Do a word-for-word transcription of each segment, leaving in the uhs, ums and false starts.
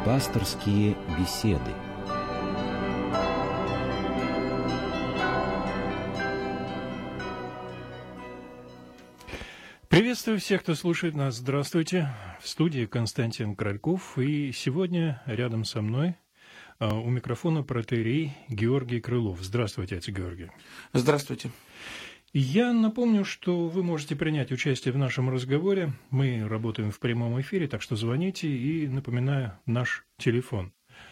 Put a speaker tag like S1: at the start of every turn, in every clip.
S1: Пасторские беседы.
S2: Приветствую всех, кто слушает нас. Здравствуйте. В студии Константин Кральков. И сегодня рядом со мной у микрофона протоиерей Георгий Крылов. Здравствуйте, отец Георгий.
S3: Здравствуйте.
S2: Я напомню, что вы можете принять участие в нашем разговоре. Мы работаем в прямом эфире, так что звоните. И напоминаю, наш телефон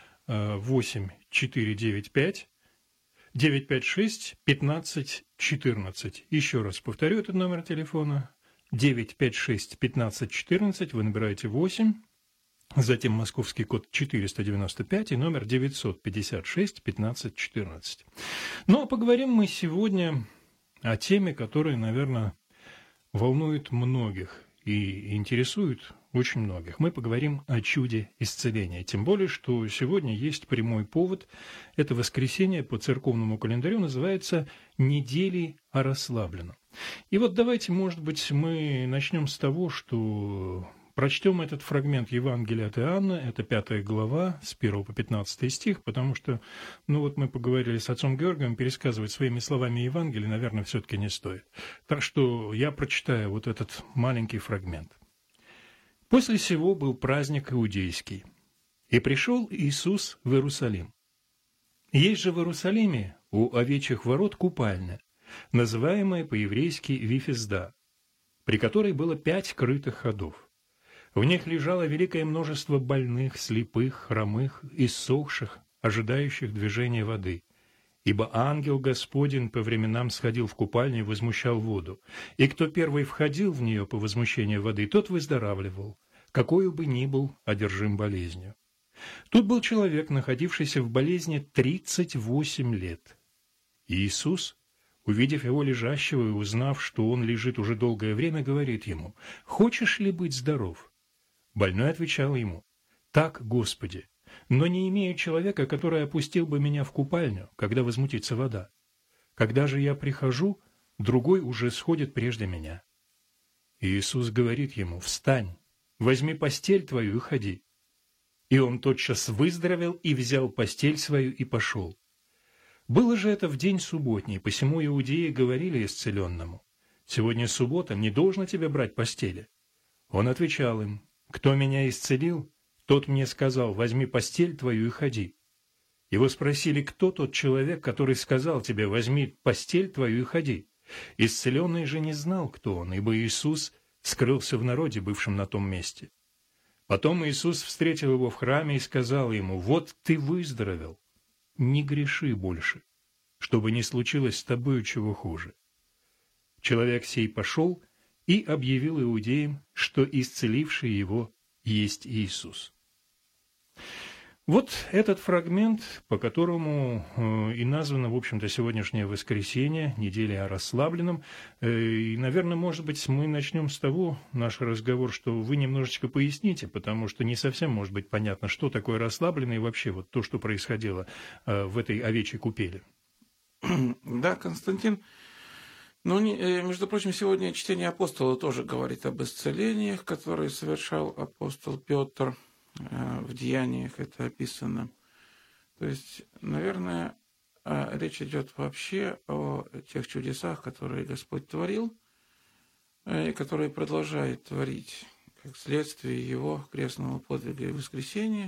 S2: восемь четыре девять пять девять пять шесть пятнадцать четырнадцать. Еще раз повторю этот номер телефона. девять пять шесть пятнадцать четырнадцать. Вы набираете восемь. Затем московский код четыреста девяносто пять и номер девятьсот пятьдесят шесть пятнадцать четырнадцать. Ну, а поговорим мы сегодня о теме, которая, наверное, волнует многих и интересует очень многих. Мы поговорим о чуде исцеления. Тем более, что сегодня есть прямой повод. Это воскресенье по церковному календарю называется «Недели о расслабленном». И вот давайте, может быть, мы начнем с того, что прочтем этот фрагмент Евангелия от Иоанна, это пятая глава, с первого по пятнадцатый стих, потому что, ну вот мы поговорили с отцом Георгием, пересказывать своими словами Евангелие, наверное, все-таки не стоит. Так что я прочитаю вот этот маленький фрагмент. «После сего был праздник иудейский, и пришел Иисус в Иерусалим. Есть же в Иерусалиме у овечьих ворот купальня, называемая по-еврейски Вифезда, при которой было пять крытых ходов. В них лежало великое множество больных, слепых, хромых, иссохших, ожидающих движения воды. Ибо ангел Господень по временам сходил в купальню и возмущал воду. И кто первый входил в нее по возмущению воды, тот выздоравливал, какой бы ни был одержим болезнью. Тут был человек, находившийся в болезни тридцать восемь лет. И Иисус, увидев его лежащего и узнав, что он лежит уже долгое время, говорит ему: «Хочешь ли быть здоров?» Больной отвечал ему: «Так, Господи, но не имею человека, который опустил бы меня в купальню, когда возмутится вода. Когда же я прихожу, другой уже сходит прежде меня». И Иисус говорит ему: «Встань, возьми постель твою и ходи». И он тотчас выздоровел и взял постель свою и пошел. Было же это в день субботний, посему иудеи говорили исцеленному: «Сегодня суббота, не должно тебе брать постели». Он отвечал им: «Кто меня исцелил, тот мне сказал: возьми постель твою и ходи». Его спросили: кто тот человек, который сказал тебе: возьми постель твою и ходи? Исцеленный же не знал, кто он, ибо Иисус скрылся в народе, бывшем на том месте. Потом Иисус встретил его в храме и сказал ему: вот ты выздоровел, не греши больше, чтобы не случилось с тобою чего хуже. Человек сей пошел и объявил иудеям, что исцеливший его есть Иисус. Вот этот фрагмент, по которому э, и названо, в общем-то, сегодняшнее воскресенье, неделя о расслабленном. Э, и, наверное, может быть, мы начнем с того, наш разговор, что вы немножечко поясните, потому что не совсем может быть понятно, что такое расслабленный и вообще вот то, что происходило э, в этой овечьей купели.
S3: Да, Константин. Ну, между прочим, сегодня чтение апостола тоже говорит об исцелениях, которые совершал апостол Петр. В Деяниях это описано. То есть, наверное, речь идет вообще о тех чудесах, которые Господь творил, и которые продолжает творить, как следствие Его крестного подвига и воскресения.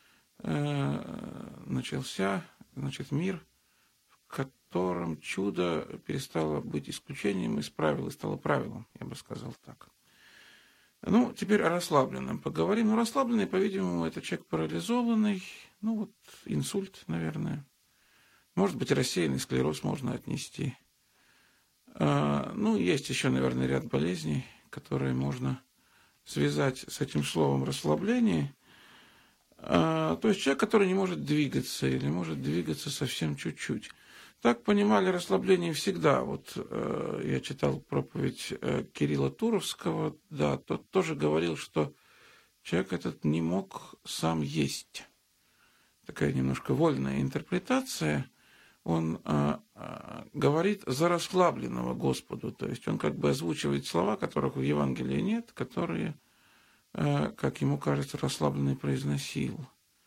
S3: Начался, значит, мир, в котором чудо перестало быть исключением из правил и стало правилом, я бы сказал так. Ну, теперь о расслабленном поговорим. Ну, расслабленный, по-видимому, это человек парализованный, ну, вот инсульт, наверное. Может быть, рассеянный склероз можно отнести. А, ну, есть еще, наверное, ряд болезней, которые можно связать с этим словом расслабление. А, то есть человек, который не может двигаться или может двигаться совсем чуть-чуть. Так понимали расслабление всегда. Вот э, я читал проповедь э, Кирилла Туровского, да, тот тоже говорил, что человек этот не мог сам есть. Такая немножко вольная интерпретация. Он э, э, говорит за расслабленного Господу, то есть он как бы озвучивает слова, которых в Евангелии нет, которые, э, как ему кажется, расслабленный произносил.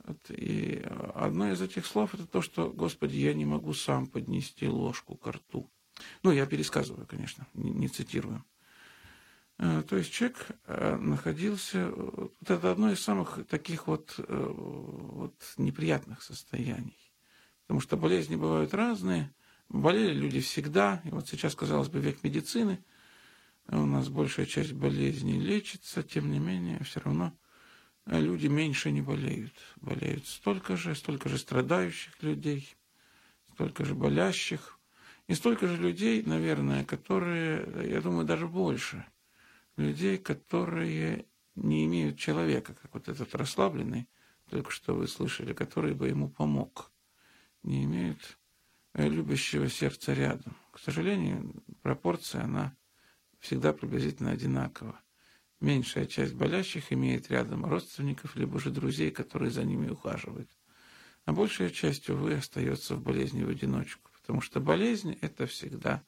S3: Вот, и одно из этих слов – это то, что, Господи, я не могу сам поднести ложку ко рту. Ну, я пересказываю, конечно, не, не цитирую. То есть человек находился... Вот это одно из самых таких вот, вот неприятных состояний. Потому что болезни бывают разные. Болели люди всегда. И вот сейчас, казалось бы, век медицины. У нас большая часть болезней лечится. Тем не менее, все равно люди меньше не болеют. Болеют столько же, столько же страдающих людей, столько же болящих. И столько же людей, наверное, которые, я думаю, даже больше – людей, которые не имеют человека, как вот этот расслабленный, только что вы слышали, который бы ему помог. Не имеют любящего сердца рядом. К сожалению, пропорция, она всегда приблизительно одинакова. Меньшая часть болящих имеет рядом родственников, либо же друзей, которые за ними ухаживают. А большая часть, увы, остается в болезни в одиночку. Потому что болезнь – это всегда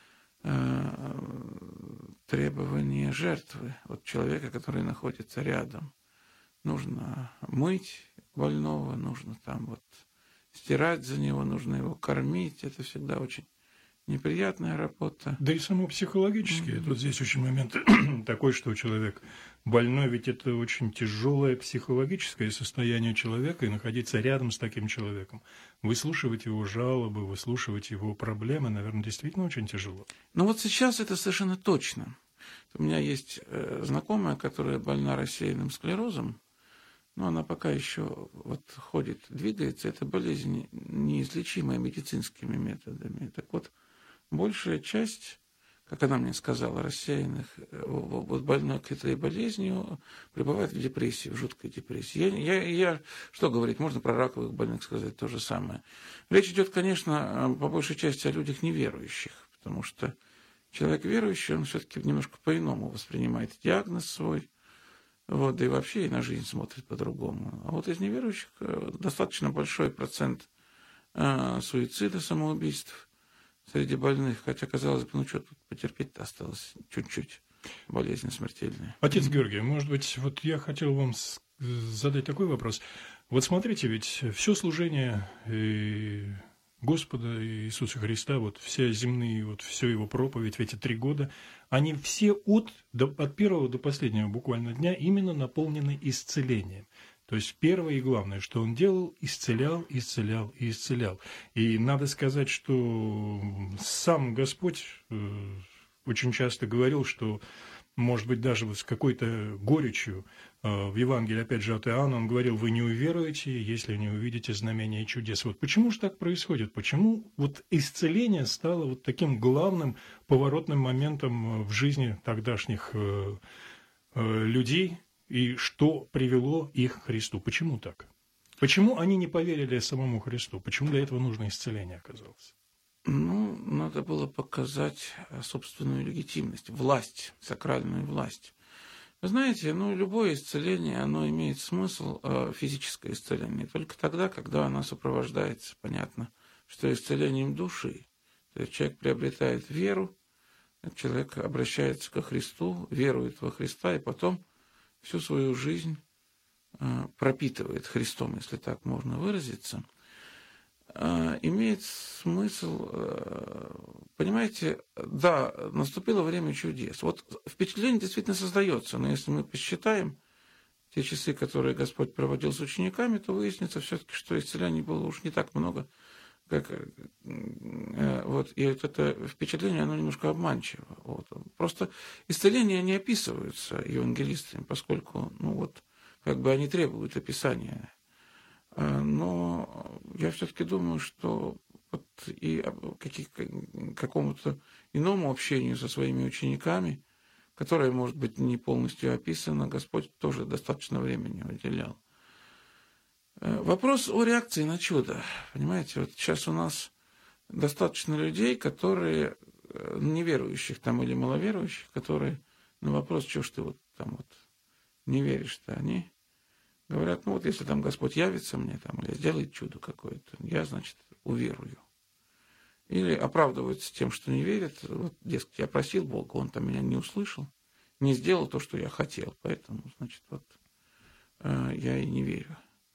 S3: требование жертвы от человека, который находится рядом. Нужно мыть больного, нужно там вот стирать за него, нужно его кормить. Это всегда очень неприятная работа.
S2: Да и само психологически. Mm-hmm. Тут здесь очень момент такой, что человек больной, ведь это очень тяжелое психологическое состояние человека, и находиться рядом с таким человеком, выслушивать его жалобы, выслушивать его проблемы, наверное, действительно очень тяжело.
S3: Ну вот сейчас это совершенно точно. У меня есть знакомая, которая больна рассеянным склерозом, но она пока еще вот ходит, двигается. Это болезнь неизлечимая медицинскими методами. Так вот, большая часть, как она мне сказала, рассеянных, вот больных этой болезнью пребывает в депрессии, в жуткой депрессии. Я, я, я, что говорить, можно про раковых больных сказать то же самое. Речь идет, конечно, по большей части о людях неверующих, потому что человек верующий, он все-таки немножко по-иному воспринимает диагноз свой, вот, да и вообще и на жизнь смотрит по-другому. А вот из неверующих достаточно большой процент а, суицида, самоубийств среди больных, хотя, казалось бы, ну что тут потерпеть-то осталось чуть-чуть, болезнь смертельная.
S2: Отец Георгий, может быть, вот я хотел вам задать такой вопрос. Вот смотрите, ведь все служение Господа Иисуса Христа, вот все земные, вот все его проповедь в эти три года, они все от, до, от первого до последнего буквально дня именно наполнены исцелением. То есть первое и главное, что он делал, исцелял, исцелял и исцелял. И надо сказать, что сам Господь э, очень часто говорил, что, может быть, даже вот с какой-то горечью э, в Евангелии, опять же, от Иоанна, он говорил: вы не уверуете, если не увидите знамения и чудес. Вот почему же так происходит? Почему вот исцеление стало вот таким главным поворотным моментом в жизни тогдашних э, э, людей? И что привело их к Христу? Почему так? Почему они не поверили самому Христу? Почему для этого нужно исцеление оказалось?
S3: Ну, надо было показать собственную легитимность, власть, сакральную власть. Вы знаете, ну, любое исцеление, оно имеет смысл, физическое исцеление, только тогда, когда оно сопровождается, понятно, что исцелением души. То есть человек приобретает веру, человек обращается ко Христу, верует во Христа, и потом всю свою жизнь пропитывает Христом, если так можно выразиться, имеет смысл, понимаете, да, наступило время чудес. Вот впечатление действительно создается, но если мы посчитаем те часы, которые Господь проводил с учениками, то выяснится все-таки, что исцелений было уж не так много, как, вот, и это впечатление, оно немножко обманчиво. Вот. Просто исцеления не описываются евангелистами, поскольку, ну вот, как бы они требуют описания. Но я все-таки думаю, что вот и к какому-то иному общению со своими учениками, которое, может быть, не полностью описано, Господь тоже достаточно времени уделял. Вопрос о реакции на чудо. Понимаете, вот сейчас у нас достаточно людей, которые, неверующих там или маловерующих, которые на вопрос, что ж ты вот там вот не веришь-то, они говорят: ну вот если там Господь явится мне там или сделает чудо какое-то, я, значит, уверую. Или оправдываются тем, что не верят. Вот, дескать, я просил Бога, он там меня не услышал, не сделал то, что я хотел, поэтому, значит, вот я и не верю.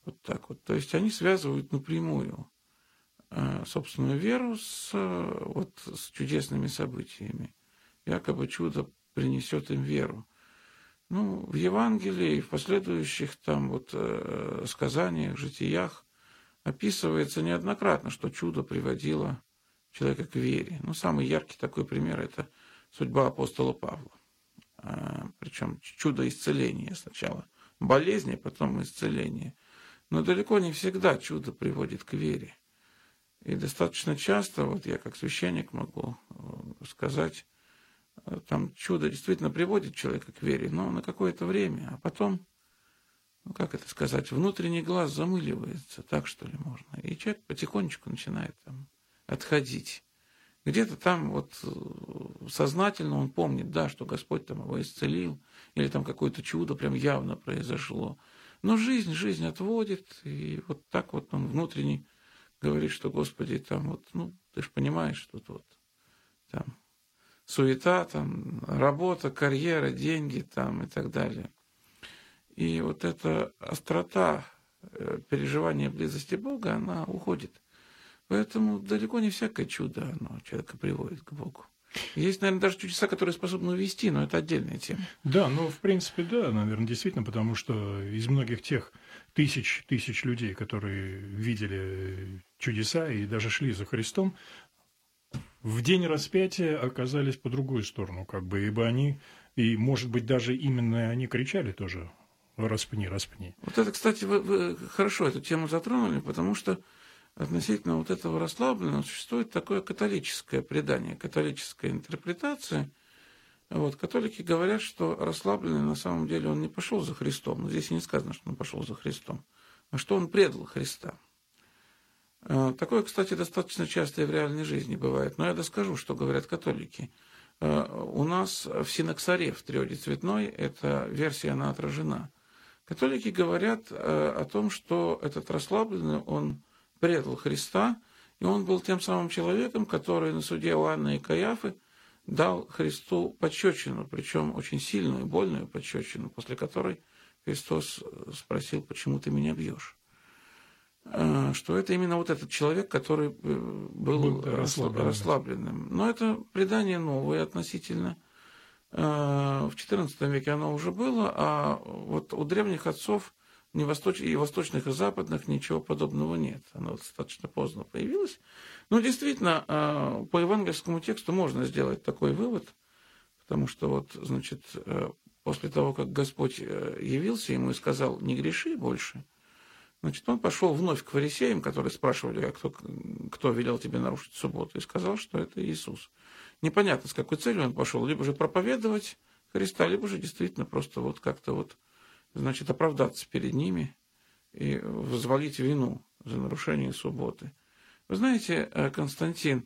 S3: Вот так вот. То есть они связывают напрямую собственную веру с, вот, с чудесными событиями. Якобы чудо принесет им веру. Ну, в Евангелии и в последующих там вот э, сказаниях, житиях описывается неоднократно, что чудо приводило человека к вере. Ну, самый яркий такой пример – это судьба апостола Павла. А, причем чудо исцеления сначала. Болезни, потом исцеление. Но далеко не всегда чудо приводит к вере. И достаточно часто, вот я как священник могу сказать, там чудо действительно приводит человека к вере, но на какое-то время, а потом, ну как это сказать, внутренний глаз замыливается, так что ли можно, и человек потихонечку начинает там отходить. Где-то там вот сознательно он помнит, да, что Господь там его исцелил, или там какое-то чудо прям явно произошло. Но жизнь, жизнь отводит, и вот так вот он внутренне говорит, что, Господи, там вот, ну, ты же понимаешь, что тут там суета, там, работа, карьера, деньги там и так далее. И вот эта острота переживания близости Бога, она уходит. Поэтому далеко не всякое чудо оно человека приводит к Богу. Есть, наверное, даже чудеса, которые способны увести, но это отдельная тема.
S2: Да, ну, в принципе, да, наверное, действительно, потому что из многих тех тысяч, тысяч людей, которые видели чудеса и даже шли за Христом, в день распятия оказались по другую сторону, как бы, ибо они, и, может быть, даже именно они кричали тоже «распни, распни».
S3: Вот это, кстати, вы, вы хорошо эту тему затронули, потому что относительно вот этого расслабленного существует такое католическое предание, католическая интерпретация. Вот, католики говорят, что расслабленный на самом деле он не пошел за Христом. Но здесь и не сказано, что он пошел за Христом, а что он предал Христа. Такое, кстати, достаточно часто и в реальной жизни бывает. Но я доскажу, что говорят католики. У нас в синоксаре, в триоде цветной, эта версия, она отражена. Католики говорят о том, что этот расслабленный, он предал Христа, и он был тем самым человеком, который на суде Иоанна и Каиафы дал Христу пощечину, причем очень сильную, больную пощечину, после которой Христос спросил, почему ты меня бьешь. Что это именно вот этот человек, который был расслабленным. расслабленным. Но это предание новое относительно. В четырнадцатом веке оно уже было, а вот у древних отцов ни восточ... и восточных, и западных ничего подобного нет. Оно достаточно поздно появилось. Но действительно, по евангельскому тексту можно сделать такой вывод, потому что вот, значит, после того, как Господь явился ему и сказал, не греши больше, значит, он пошел вновь к фарисеям, которые спрашивали, а кто, кто велел тебе нарушить субботу, и сказал, что это Иисус. Непонятно, с какой целью он пошел, либо же проповедовать Христа, либо же действительно просто вот как-то вот, значит, оправдаться перед ними и взвалить вину за нарушение субботы. Вы знаете, Константин,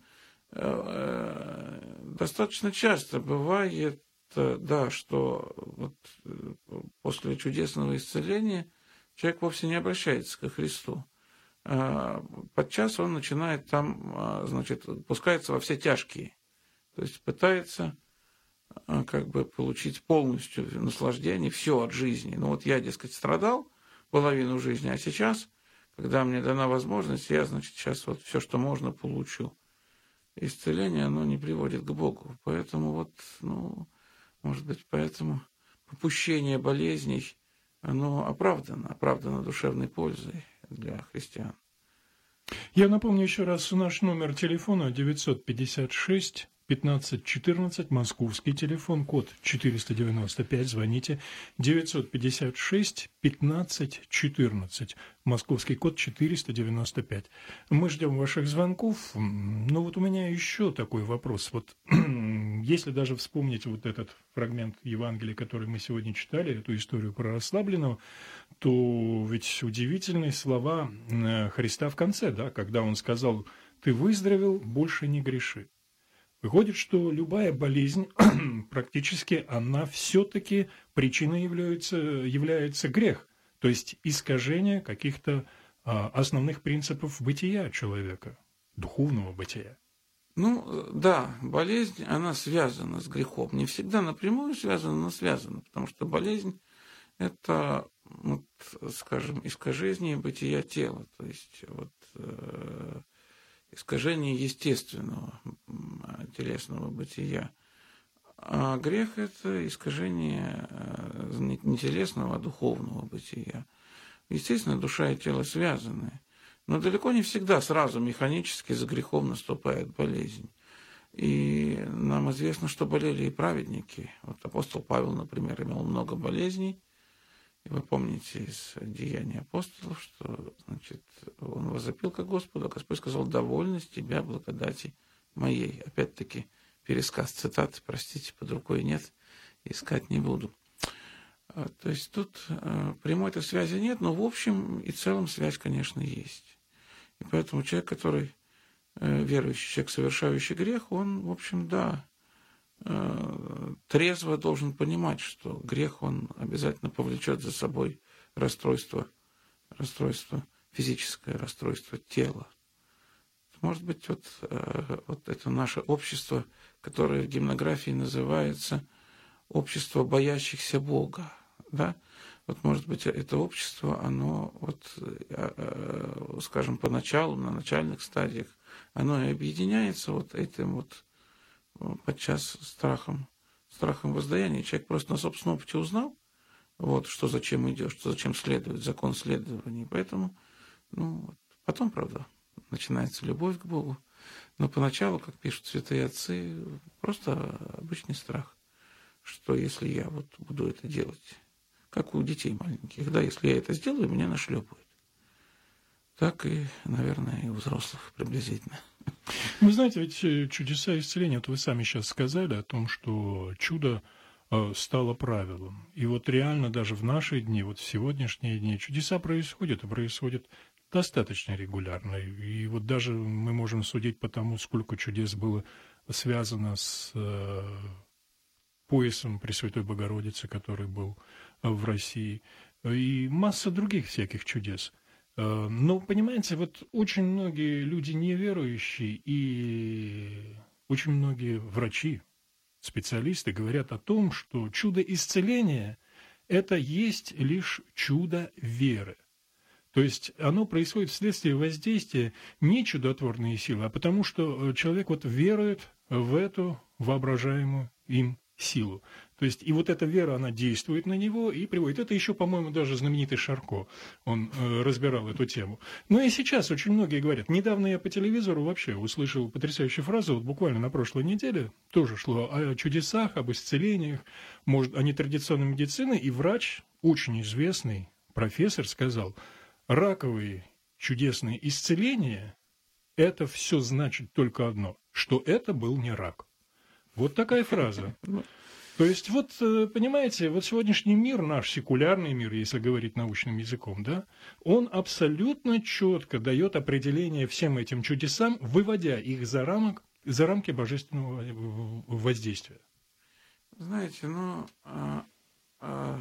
S3: достаточно часто бывает, да, что вот после чудесного исцеления человек вовсе не обращается ко Христу. Подчас он начинает там, значит, пускается во все тяжкие. То есть пытается как бы получить полностью наслаждение, все от жизни. Ну вот я, дескать, страдал половину жизни, а сейчас, когда мне дана возможность, я, значит, сейчас вот все, что можно, получу. Исцеление, оно не приводит к Богу. Поэтому вот, ну, может быть, поэтому попущение болезней, оно оправдано, оправдано душевной пользой для христиан.
S2: Я напомню еще раз наш номер телефона девятьсот пятьдесят шесть пятнадцать четырнадцать, московский телефон, код четыреста девяносто пять, звоните, девятьсот пятьдесят шесть пятнадцать четырнадцать, московский код четыреста девяносто пять. Мы ждем ваших звонков. Ну вот у меня еще такой вопрос. Вот если даже вспомнить вот этот фрагмент Евангелия, который мы сегодня читали, эту историю про расслабленного, то ведь удивительные слова Христа в конце, да, когда он сказал: «Ты выздоровел, больше не греши». Выходит, что любая болезнь, практически, она все-таки причиной является, является грех, то есть искажение каких-то а, основных принципов бытия человека, духовного бытия.
S3: Ну, да, болезнь, она связана с грехом. Не всегда напрямую связана, но связана, потому что болезнь – это вот, скажем, искажение бытия тела, то есть вот, э, искажение естественного телесного бытия. А грех – это искажение не телесного, а духовного бытия. Естественно, душа и тело связаны, но далеко не всегда сразу механически за грехом наступает болезнь. И нам известно, что болели и праведники. Вот апостол Павел, например, имел много болезней. И вы помните из Деяний апостолов, что, значит, он возопил ко Господу, а Господь сказал: «Довольно с тебя благодати моей». Опять-таки, пересказ цитаты, простите, под рукой нет, искать не буду. То есть тут прямой-то связи нет, но в общем и целом связь, конечно, есть. И поэтому человек, который верующий человек, совершающий грех, он, в общем, да, трезво должен понимать, что грех, он обязательно повлечет за собой расстройство, расстройство, физическое расстройство тела. Может быть, вот, вот это наше общество, которое в гимнографии называется общество боящихся Бога, да? Вот, может быть, это общество, оно, вот, скажем, поначалу, на начальных стадиях, оно и объединяется вот этим вот подчас страхом, страхом воздаяния. Человек просто на собственном опыте узнал, вот, что зачем идет, что зачем следует, закон следования. Поэтому, ну, потом, правда, начинается любовь к Богу. Но поначалу, как пишут святые отцы, просто обычный страх, что если я вот буду это делать, как у детей маленьких, да, если я это сделаю, меня нашлепают. Так и, наверное, и у взрослых приблизительно.
S2: Вы знаете, ведь чудеса исцеления, вот вы сами сейчас сказали о том, что чудо стало правилом. И вот реально даже в наши дни, вот в сегодняшние дни, чудеса происходят, и происходят достаточно регулярно. И вот даже мы можем судить по тому, сколько чудес было связано с поясом Пресвятой Богородицы, который был в России, и масса других всяких чудес. Но, понимаете, вот очень многие люди неверующие и очень многие врачи, специалисты говорят о том, что чудо исцеления – это есть лишь чудо веры. То есть оно происходит вследствие воздействия не чудотворные силы, а потому что человек вот верует в эту воображаемую им силу. То есть и вот эта вера, она действует на него и приводит. Это еще, по-моему, даже знаменитый Шарко, он э, разбирал эту тему. Но и сейчас очень многие говорят. Недавно я по телевизору вообще услышал потрясающую фразу, вот буквально на прошлой неделе, тоже шло о чудесах, об исцелениях, может, о нетрадиционной медицине, и врач, очень известный профессор, сказал: раковые чудесные исцеления – это все значит только одно, что это был не рак. Вот такая фраза. То есть, вот, понимаете, вот сегодняшний мир, наш секулярный мир, если говорить научным языком, да, он абсолютно четко дает определение всем этим чудесам, выводя их за, рамок, за рамки божественного воздействия.
S3: Знаете, ну, а, а,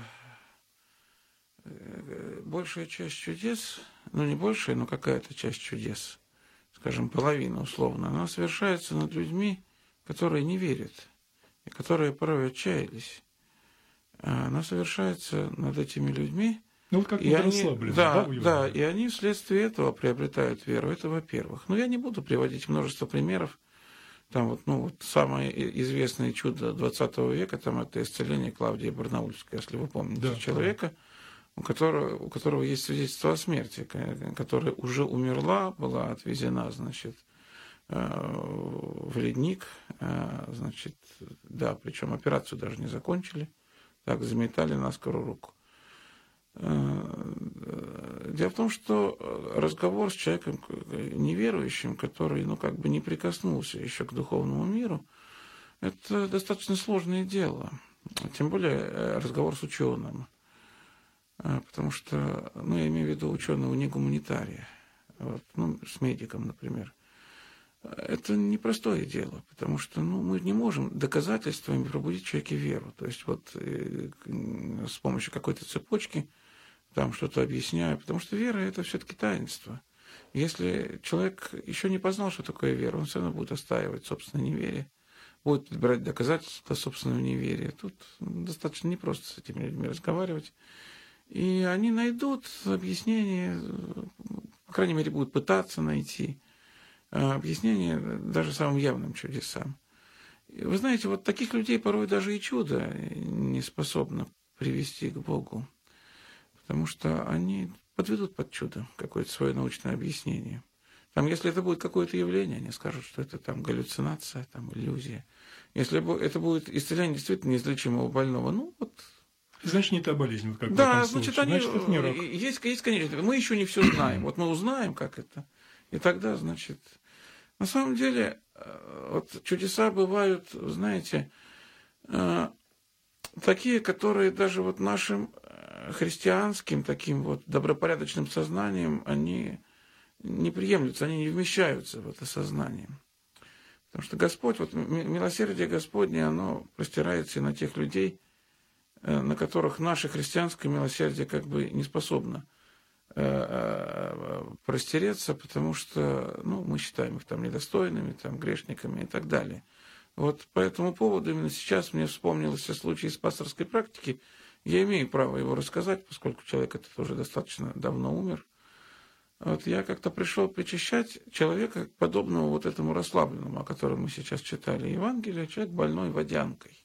S3: большая часть чудес, ну, не большая, но какая-то часть чудес, скажем, половина условно, она совершается над людьми, которые не верят, и которые порой отчаялись. Она совершается над этими людьми.
S2: Ну, вот как
S3: и они,
S2: расслаблены,
S3: да,
S2: да,
S3: да, и они вследствие этого приобретают веру. Это во-первых. Но я не буду приводить множество примеров. Там вот, ну, вот самое известное чудо двадцатого века, там это исцеление Клавдии Барнаульской, если вы помните, да, человека, да. У, которого, у которого есть свидетельство о смерти, которая уже умерла, была отвезена, значит, в ледник, значит, да, причем операцию даже не закончили, так, заметали на скорую руку. Дело в том, что разговор с человеком неверующим, который, ну, как бы не прикоснулся еще к духовному миру, это достаточно сложное дело, тем более разговор с ученым, потому что, ну, я имею в виду ученого не гуманитария, вот, ну, с медиком, например. Это непростое дело, потому что, ну, мы не можем доказательствами пробудить в человеке веру. То есть вот э, с помощью какой-то цепочки там что-то объясняю, потому что вера – это все-таки таинство. Если человек еще не познал, что такое вера, он все равно будет отстаивать собственное неверие, будет подбирать доказательства собственного неверия. Тут достаточно непросто с этими людьми разговаривать. И они найдут объяснение, по крайней мере, будут пытаться найти объяснение даже самым явным чудесам. И вы знаете, вот таких людей порой даже и чудо не способно привести к Богу, потому что они подведут под чудо какое-то свое научное объяснение. Там, если это будет какое-то явление, они скажут, что это там галлюцинация, там иллюзия. Если это будет исцеление действительно неизлечимого больного, ну вот...
S2: Значит, не та болезнь, вот как
S3: да,
S2: в этом
S3: значит,
S2: случае.
S3: они...
S2: Значит, это не рак.
S3: Есть, есть, конечно, мы еще не все знаем. Вот мы узнаем, как это, и тогда, значит... На самом деле, вот чудеса бывают, знаете, такие, которые даже вот нашим христианским таким вот добропорядочным сознанием, они не приемлются, они не вмещаются в это сознание. Потому что Господь, вот милосердие Господне, оно простирается и на тех людей, на которых наше христианское милосердие как бы не способно простереться, потому что, ну, мы считаем их там недостойными, там, грешниками и так далее. Вот по этому поводу именно сейчас мне вспомнился случай из пасторской практики. Я имею право его рассказать, поскольку человек этот уже достаточно давно умер. Вот я как-то пришел причащать человека, подобного вот этому расслабленному, о котором мы сейчас читали Евангелие, человек больной водянкой.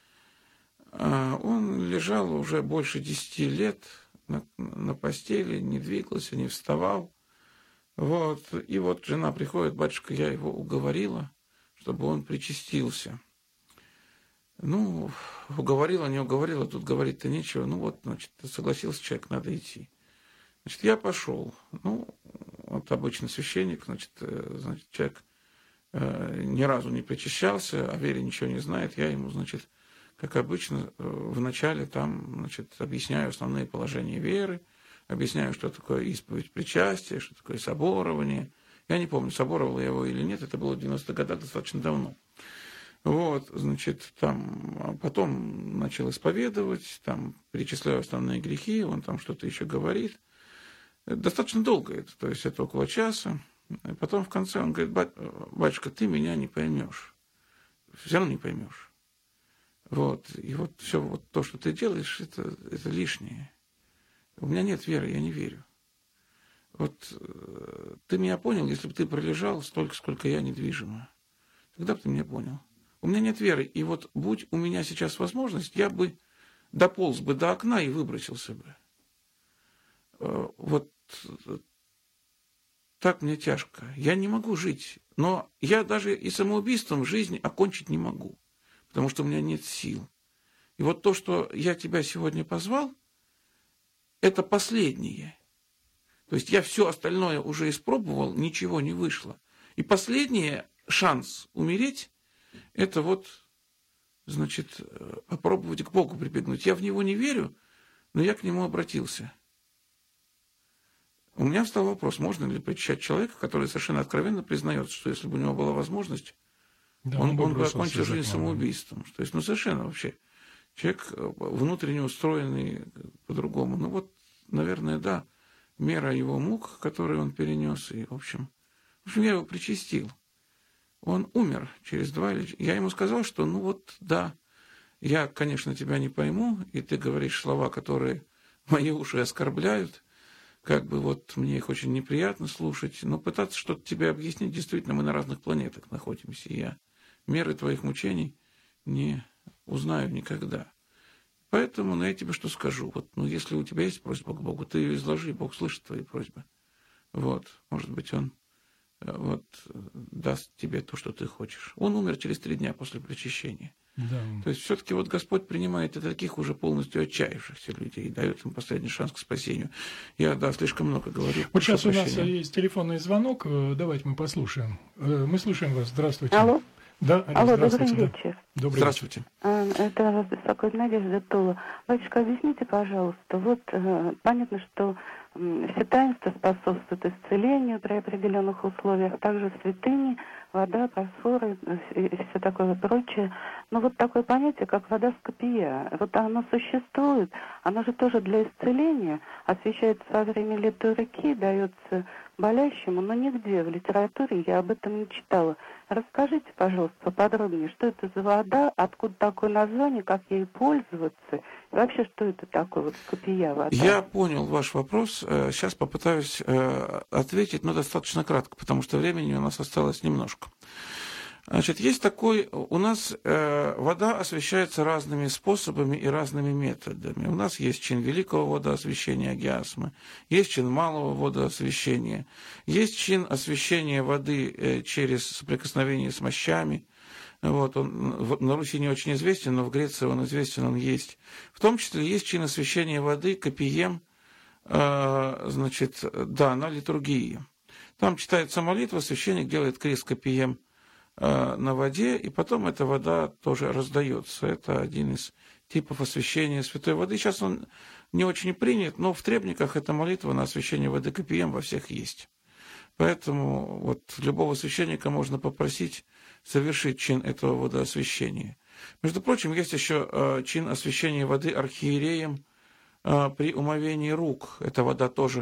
S3: Он лежал уже больше десяти лет на, на постели, не двигался, не вставал. Вот. И вот жена приходит: батюшка, я его уговорила, чтобы он причастился. Ну, уговорила, не уговорила, тут говорить-то нечего. Ну вот, значит, согласился человек, надо идти. Значит, я пошел. Ну, вот обычный священник, значит, значит человек э, ни разу не причащался, о вере ничего не знает. Я ему, значит, как обычно, вначале там, значит, объясняю основные положения веры, объясняю, что такое исповедь причастия, что такое соборование. Я не помню, соборовал я его или нет, это было в девяностых годах, достаточно давно. Вот, значит, там, потом начал исповедовать, там, перечисляю основные грехи, он там что-то еще говорит. Достаточно долго это, то есть это около часа. И потом в конце он говорит: батюшка, ты меня не поймешь, все равно не поймешь. Вот, и вот все вот то, что ты делаешь, это, это лишнее. У меня нет веры, я не верю. Вот ты меня понял, если бы ты пролежал столько, сколько я недвижима. Тогда бы ты меня понял. У меня нет веры, и вот будь у меня сейчас возможность, я бы дополз бы до окна и выбросился бы. Вот так мне тяжко. Я не могу жить, но я даже и самоубийством жизнь окончить не могу, потому что у меня нет сил. И вот то, что я тебя сегодня позвал, это последнее. То есть я все остальное уже испробовал, ничего не вышло. И последний шанс умереть, это вот, значит, попробовать к Богу прибегнуть. Я в Него не верю, но я к Нему обратился. У меня встал вопрос, можно ли причащать человека, который совершенно откровенно признается, что если бы у него была возможность, да, он, он, он бы окончил жизнь самоубийством. То есть, ну, совершенно вообще. Человек внутренне устроенный по-другому. Ну, вот, наверное, да, мера его мук, которые он перенес, и, в общем, в общем, я его причастил. Он умер через два или... Я ему сказал, что, ну, вот, да, я, конечно, тебя не пойму, и ты говоришь слова, которые мои уши оскорбляют, как бы вот мне их очень неприятно слушать, но пытаться что-то тебе объяснить, действительно, мы на разных планетах находимся, и я меры твоих мучений не узнаю никогда. Поэтому, ну, я тебе что скажу, вот, ну, если у тебя есть просьба к Богу, ты ее изложи, Бог слышит твои просьбы. Вот, может быть, Он вот даст тебе то, что ты хочешь. Он умер через три дня после причащения. Да. То есть все-таки вот Господь принимает и таких уже полностью отчаявшихся людей и дает им последний шанс к спасению. Я, да, слишком много говорю.
S2: Вот сейчас у нас есть телефонный звонок, давайте мы послушаем. Мы слушаем вас. Здравствуйте.
S4: Алло.
S2: Да,
S4: Алло, добрый вечер.
S2: Добрый
S3: Здравствуйте.
S4: Вечер. Это вас беспокоит Надежда Тула. Батюшка, объясните, пожалуйста, вот э, понятно, что э, все таинства способствуют исцелению при определенных условиях, также святыни, вода, просфоры и, и все такое прочее. Но вот такое понятие, как вода скопия, вот оно существует, оно же тоже для исцеления, освещается во время литургии, дается болящему, но нигде в литературе я об этом не читала. Расскажите, пожалуйста, поподробнее, что это за вода, откуда такое название, как ей пользоваться, и вообще, что это такое, вот копия вода?
S3: Я понял ваш вопрос. Сейчас попытаюсь ответить, но достаточно кратко, потому что времени у нас осталось немножко. Значит, есть такой, у нас э, вода освещается разными способами и разными методами. У нас есть чин великого водоосвещения агиасмы, есть чин малого водоосвещения, есть чин освещения воды э, через соприкосновение с мощами. Вот, он в, на Руси не очень известен, но в Греции он известен, он есть. В том числе есть чин освещения воды копием, э, значит, да, на литургии. Там читается молитва, священник делает крест копием на воде, и потом эта вода тоже раздается. Это один из типов освящения святой воды. Сейчас он не очень принят, но в требниках эта молитва на освящение воды копием во всех есть. Поэтому вот любого священника можно попросить совершить чин этого водоосвящения. Между прочим, есть еще э, чин освящения воды архиереем э, при умовении рук. Эта вода тоже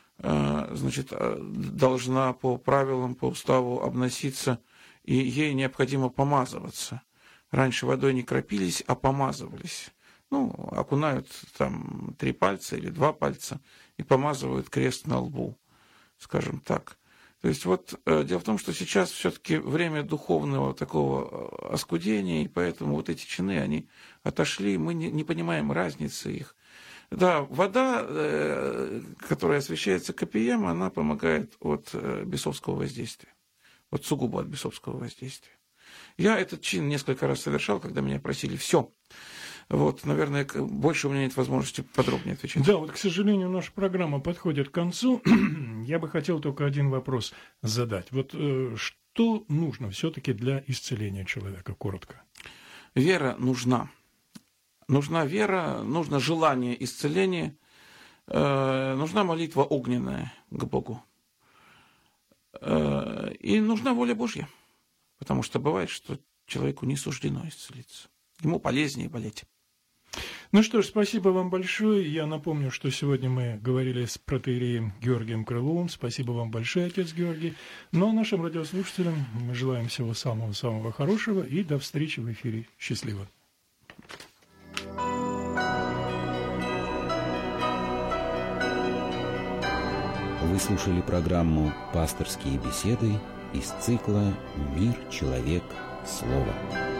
S3: э, значит, должна по правилам, по уставу обноситься, и ей необходимо помазываться. Раньше водой не кропились, а помазывались. Ну, окунают там три пальца или два пальца и помазывают крест на лбу, скажем так. То есть вот э, дело в том, что сейчас все-таки время духовного такого оскудения, и поэтому вот эти чины, они отошли, мы не, не понимаем разницы их. Да, вода, э, которая освещается копием, она помогает от э, бесовского воздействия. Вот сугубо от бесовского воздействия. Я этот чин несколько раз совершал, когда меня просили все. Вот, наверное, больше у меня нет возможности подробнее отвечать.
S2: Да, вот, к сожалению, наша программа подходит к концу. Я бы хотел только один вопрос задать. Вот э, что нужно все-таки для исцеления человека, коротко?
S3: Вера нужна. Нужна вера, нужно желание исцеления, э, нужна молитва огненная к Богу. И нужна воля Божья, потому что бывает, что человеку не суждено исцелиться. Ему полезнее болеть.
S2: Ну что ж, спасибо вам большое. Я напомню, что сегодня мы говорили с протоиереем Георгием Крыловым. Спасибо вам большое, отец Георгий. Ну а нашим радиослушателям мы желаем всего самого-самого хорошего и до встречи в эфире. Счастливо.
S1: Вы слушали программу «Пасторские беседы» из цикла «Мир, человек, слово».